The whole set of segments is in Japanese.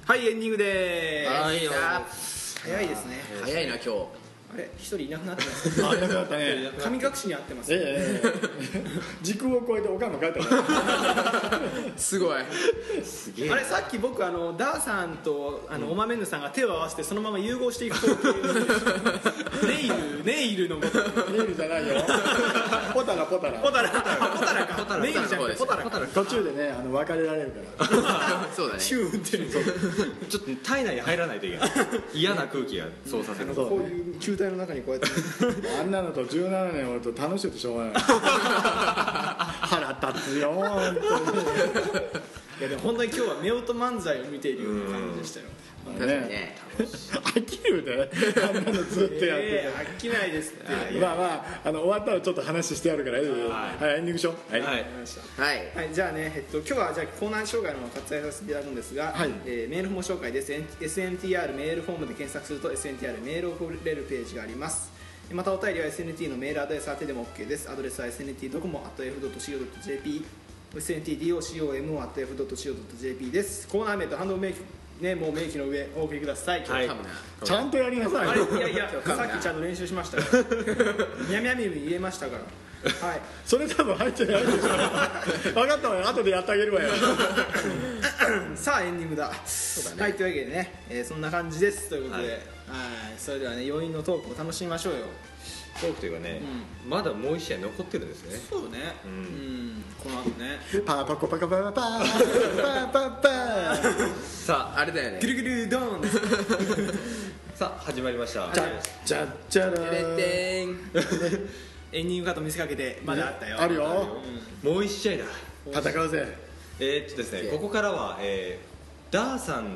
はい、エンディングでーす。 はいよ。 早いですね。 早いな今日。 あれ、一人いなくなってます。 あ、いなくなったね。 神隠しに合ってます。 時空を超えておかんも帰ったからすごい。すげえ。 あれ、さっき僕ダーさんとおまめぬさんが手を合わせてそのまま融合していく光景。ネイルのこと。 ネイルじゃないよ。ポタラポタラか。ネイルじゃなくてポタラか。 途中でね別れられるからそうだね。 チューンってちょっと体内に入らないといけない嫌な空気がそうさせる。 こういう球体の中にこうやってあんなのと17年おると楽しくてしょうがない腹立つよ本当に。 いやでも本当に今日は夫婦漫才を見ているような感じでしたよ。 確かにね。 飽きるであんなのずっとやってて、 飽きないですってまあまあ終わったらちょっと話してやるからはい、エンディングしよう。はい、 はい。 はい。 じゃあね、今日はじゃあコーナー紹介の方を割愛させていただくんですが、 はいメールフォーム紹介です。 SNTR メールフォームで検索すると SNTR メールを送れるページがあります。またお便りは SNT のメールアドレス宛てでも OK です。アドレスは SNT-docomo@f.co.jp SNTDOCOMO@f.co.jp です。コーナー名とハンドルネームを明記の上お送りください。 はい。 ちゃんとやりなさい。 あれ、いやさっきちゃんと練習しましたからみやみやみ言えましたからはい。 それ多分入ってないでしょ。分かったわよ、後でやってあげるわよ。 さあエンディングだ。はい、というわけでね、そんな感じですということで、はい、それではね余韻のトークを楽しみましょうよ。 トークというかね、まだもう一試合残ってるんですね。 そうね、この後ねパーパコパカパーパーパーパーパー。 さああれだよね。 ぐるぐるドーンです。 さあ始まりました。 じゃじゃじゃらてれー。 てん。 エンディングかと見せかけてまだあったよ。 あるよ。 もう一試合だ。 戦うぜ。 ですね、ここからは、ダーさん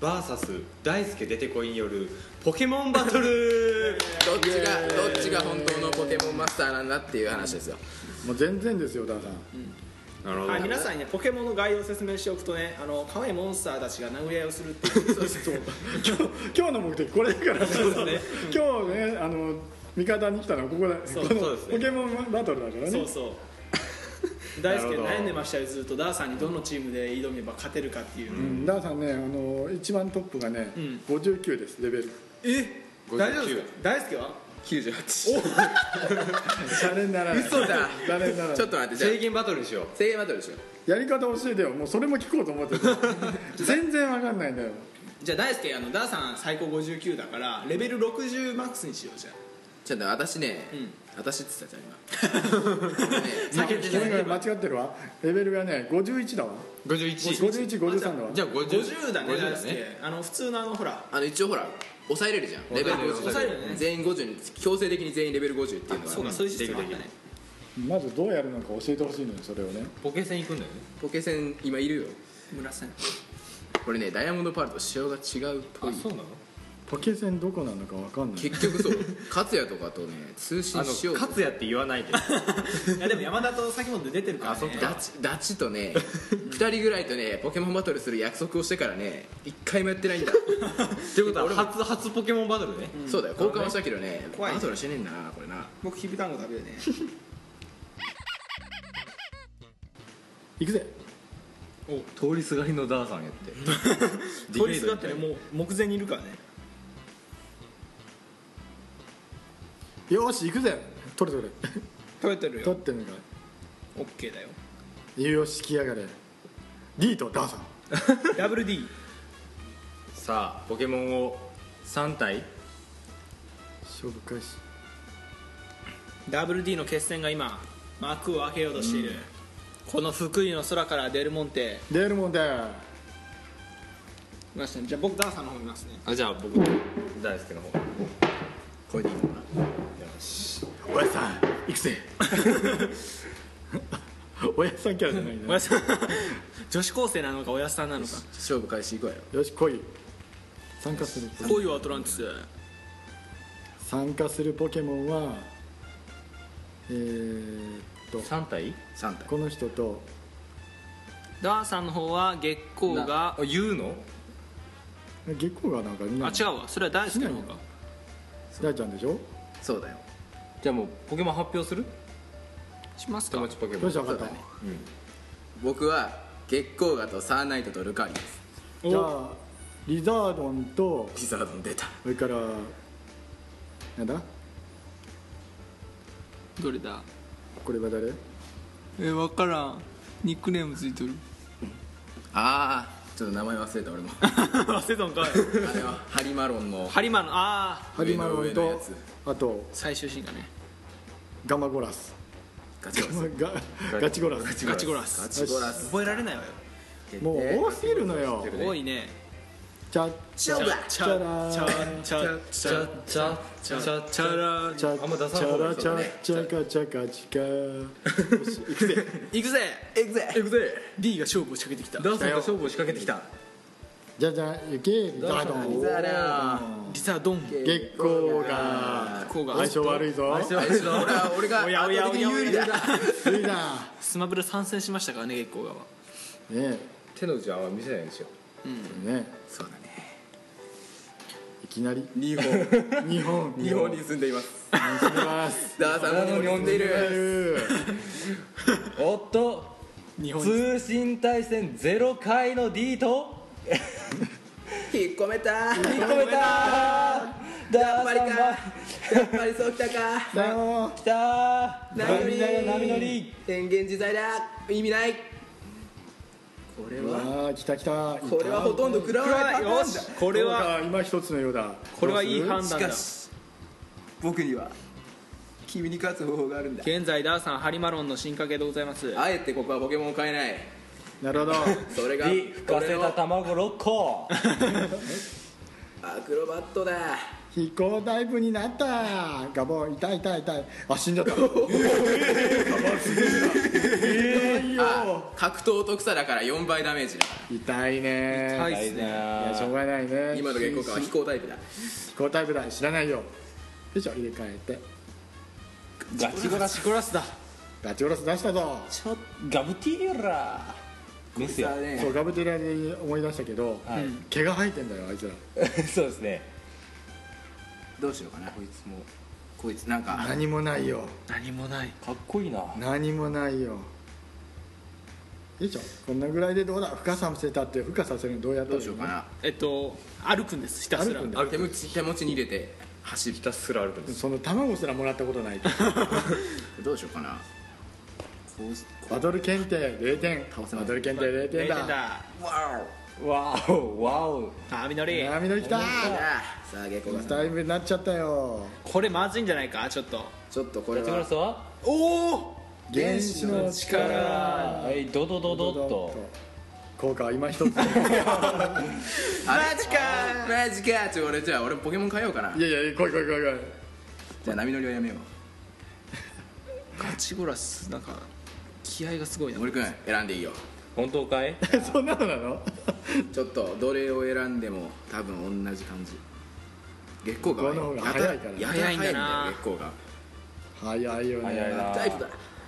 VS 大輔出てこいによるポケモンバトル。 どっちが本当のポケモンマスターなんだっていう話ですよ。 もう全然ですよ、ダーさん。 なるほど。 はい、皆さんにねポケモンの概要を説明しておくとね、可愛いモンスターたちが殴り合いをするっていうそう今日の目的これだからね。今日ね味方に来たのはここだ。 そうこのそうですねポケモンバトルだからね。 そうそう大輔悩んでましたよずっと。ダーさんにどのチームで挑めば勝てるかっていう、 ダーさんね一番トップがね59ですレベル。 大丈夫ですか。大輔は 98。 シャレにならない。 嘘だ。 シャレにならない。 ちょっと待って、じゃ制限バトルにしよう。 制限バトルでしょ。 やり方教えてよ。もうそれも聞こうと思ってた。全然わかんないんだよ。 じゃあ大輔ダーさん最高59だからレベル60マックスにしよう。じゃあちょっと私ね、私って言ってたじゃん君が間違ってるわ。レベルがね51だわ。 51。 51、53だわ。 じゃあ 50だね。 50 大輔普通のほら今一応ほら抑えれるじゃん。レベル50。 抑えるよね。 全員50に強制的に全員レベル50っていうのがそうか、そういうシステムあったね。 まずどうやるのか教えてほしいのよ、それをね。 ポケセン行くんだよね。 ポケセン今いるよ。 村さんこれねダイヤモンドパールと仕様が違うっぽい。 そうなの？ ポケセンどこなのかわかんない。 結局そう勝也とかとね通信しようと。 勝也って言わないで。 いやでも山田と先ほど出てるからね。 ダチとね2人ぐらいとねポケモンバトルする約束をしてからね1回もやってないんだ。 っていうことは初ポケモンバトルね。 そうだよ、交換はしたけどね怖いバトルはしてねえんだなこれな。 僕きびだんご食べるね。 行くぜ。 通りすがりのダーさんやって。 通りすがってねもう目前にいるからね。 よーし行くぜ。取れ取れ。 食べてるよ。 取ってんのか。 オッケーだよ。 よし来やがれ。D とダーさん。 ダブル D。 さあポケモンを3体。 勝負開始。 ダブル D の決戦が今幕を開けようとしている、この福井の空からデルモンテ出るもんだよ。 いましたね。じゃあ僕ダーさんの方見ますね。 じゃあ僕大輔の方。 これでいいのかな。 おやさん行くぜ。おやさんキャラじゃないんだ。 おやさん女子高生なのかおやさんなのか。 勝負開始いこうよ。 よし来い。参加する。 恋はアトランティス。 参加するポケモンは 3体 3体。 この人とダーさんの方は月光が言うの？ 月光がなんかいない。 違うわ、それは大好きな方か。 大ちゃんでしょ。 そうだよ。 じゃあもうポケモン発表する？ しますか。 友達ポケモン。 よし分かった。 僕は月光河とサーナイトとルカリです。 じゃあリザードンとリザードン出た。 それからなんだどれだ。 これは誰？ 分からん。ニックネームついとる。 ああちょっと名前忘れた俺も。 忘れたんかい。 あれはハリマロンのハリマのハリマロン上のやとつあと最終進化ね。 ガマゴラスガチゴラス。 ガチゴラスガチゴラス。 ガチゴラス。 覚えられないわよ。 もう多すぎるのよ。 多いね。 チャッチャラチャチャチャチャチャチャチャラチャあんま出さチない方がいャラチャいですよねチャカチャカチカ行くぜ行くぜ。 行くぜ行くぜ。 D が勝負を仕掛けてきた。 ダーさんが勝負を仕掛けてきた。 じゃじゃ行けリザードンリザードンリザードン。 月光がこうが相性悪いぞ俺がおやおやおやおや圧倒的に有利だ。 いいなスマブラ参戦しましたからね、月光川は。 ね手の内はあんま見せないんですよ。 えねそうだね。 いきなり日本日本日本に住んでいます。 住みますダーさんも日本に住んでいる。 おっと日本通信対戦0回の D と引っ込めた。引っ込めたやっぱりか。やっぱりそうきたか。 だよきたー波乗りだよ波乗り。 変幻自在だ。意味ない。これはわあ来た来たこれはほとんど食らわないパターンだ。 よし、これは今一つのようだこれはいい判し断だ。 かし僕には君に勝つ方法があるんだ。 現在ダーさんハリマロンの進化系でございます。 あえてここはポケモンを変えない。 なるほどそれが D 吹かせた卵6個。 アクロバットだ。 飛行タイプになったガボン痛い痛い痛いあ死んじゃったあ格闘特差だから4倍ダメージだか痛いね痛いっすね。 いやしょうがないねら。今の月光川は飛行タイプだ。 飛行タイプだ知らないよよいしょ入れ替えてガチゴラシコラスだ。 ガチオラス出したぞガブティーラですよ。 さあねそうガブテラで思い出したけど、 はい毛が生えてんだよあいつらそうですね。 どうしようかなこいつも。こいつなんか何もないよ何もない。 かっこいいな。 何もないよよいしょこんなぐらいでどうだ孵化させたって孵化させるのどうやったらいいうのどしようかな。 歩くんです、ひたすら。 歩くんだ手持ちに入れて走るひたすら歩くんです。 その卵すらもらったことないどうしようかな。こうバトル検定0点せないバトル検定0 0点点だだ。 わおわお。 波乗り。 波乗りきたさあ月光川さんタイムになっちゃったよこれまずいんじゃないか、ちょっと。 ちょっとこれガチゴラはスはおお。 原子の力はいドドドドッと。 効果は今一ついマジかマジか。俺ポケモン変えようかな。 やいや来い来い来い来いじゃあ波乗りはやめよガチゴラス、なんか気合がすごいうな。 森君選んでいいよ。 本当かい？ そんなのなのちょっとどれを選んでも多分同じ感じ。月光川この方が早いからやたら早いんだな月光川早いよね早いなタイプだ。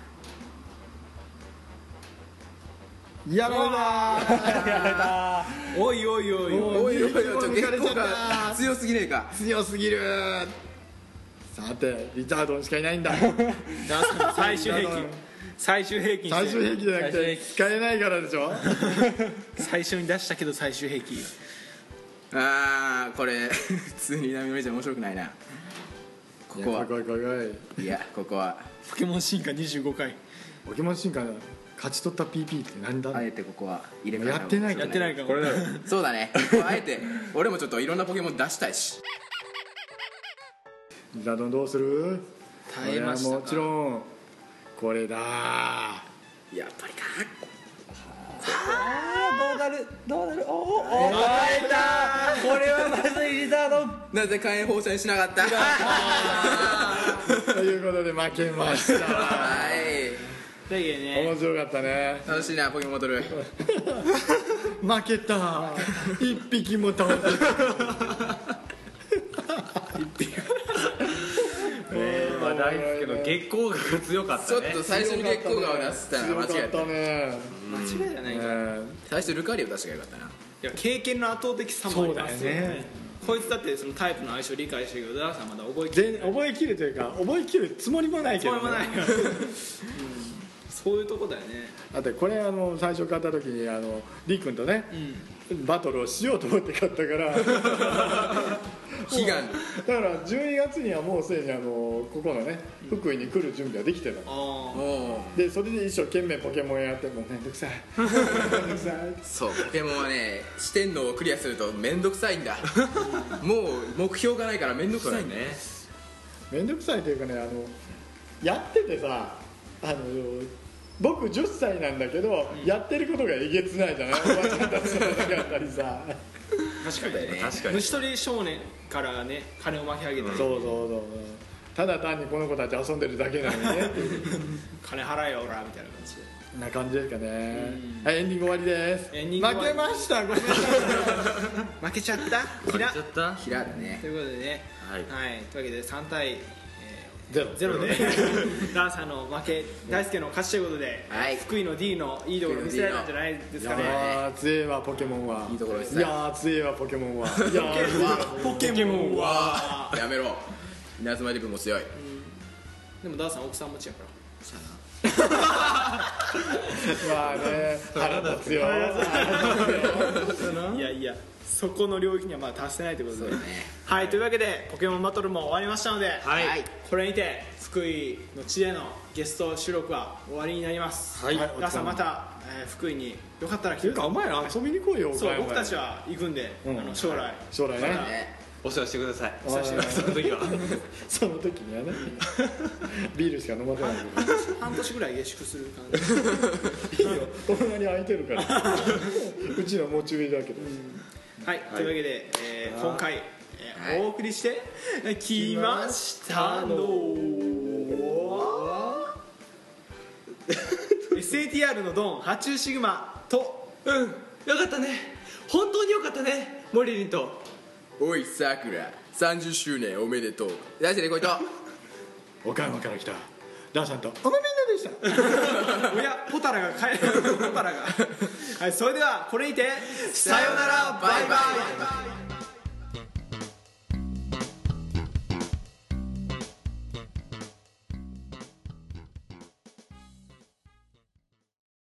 やられたおいおいおいおい。 おいおいおい月抜かれちゃ光った川強すぎねえか。 強すぎるさてリザードンしかいないんだダーさんの最終平均。最終平均して最終兵器じゃなくて使えないからでしょ最初に出したけど最終兵器。 あーこれ普通に波乗りじゃ面白くないな。ここは来い来い来い来いいやここはポケモン進化25回。 ポケモン進化勝ち取った PP って何だあえてここは入れ替えやってないかやってないかも。 これだよ。 そうだね。ここあえて俺もちょっといろんなポケモン出したいし。 リザードンどうする耐えましたか。 これはもちろんこれだやっぱりか。 どうなるどうなる。お耐えた。これはまずいリザードン。 なぜ火炎放射にしなかったということで負けましたはいだけどね。 面白かったね楽しいなポケモンバトル。 負けた一匹も倒せまあ大好きの月光が強かったね。 ちょっと最初に月光川を出したのが間違えた。 強かったね間違いじゃないか。 最初ルカリオ出したらよかったな。 いや経験の圧倒的さもありますよそうだよねね。こいつだってそのタイプの相性理解してるけどダーさんまだ覚えきれない。 覚えきるというか覚えきるつもりもないけど、ね、 つもりもないから。 そそういうとこだよね。 だってこれ最初買った時にリー君とね、バトルをしようと思って買ったから悲願だから12月にはもうすでにここのね福井に来る準備はできてたので、それで一生懸命ポケモンやってもめんどくさいめんどくさいそうポケモンはね四天王をクリアするとめんどくさいんだもう目標がないからめんどくさいんだね。 めんどくさいというかねやっててさ僕10歳なんだけど、やってることがえげつないじゃないおばちゃんたちと戦ったりさ確かにね。 確かに虫取り少年からね金を巻き上げて、 そうそうそうただ単にこの子たち遊んでるだけなのにね金払えよおらみたいな感じで。 こんな感じですかね。はい、エンディング終わりです。 エンディング終わり負けましたごめんなさい負けちゃった負けちゃった平だね。 ということでね、 はいというわけで3対ゼロ 0でダーさんの負け、大輔の勝ちということで、 はい福井の D のいいところ見せられたんじゃないですかね。 いやー強えわポケモンはいいところですいやー強えわポケモンはいやーポケモンはやめろ稲妻リブも強い。 でもダーさん奥さん持ちやからまあね腹立つよいやいやそこの領域にはまだ達してないということで、 そうだね。 はいというわけでポケモンバトルも終わりましたので、 はいこれにて福井の地でのゲスト収録は終わりになります。 はいはいダーさんまた、福井によかったら来てください。 ていうかお前ら遊びに来いよそう僕たちちは行くんで、 うん将来将来ねねお世話してくださいお世話してくださいその時はその時にはねビールしか飲ませないけ半年ぐらい下宿する感じどいいよ隣空いてるからうちの持ち上だけどはい、というわけで、今回、 はいお送りしてきましたのSATR のドン発注シグマとうんよかったね本当によかったねモリリンとおいさくら30周年おめでとう。大輔でこいと岡山から来たダーさんとおめみんなでしたおやポタラが帰るポタラがはい、それではこれにてさよならバイバイ。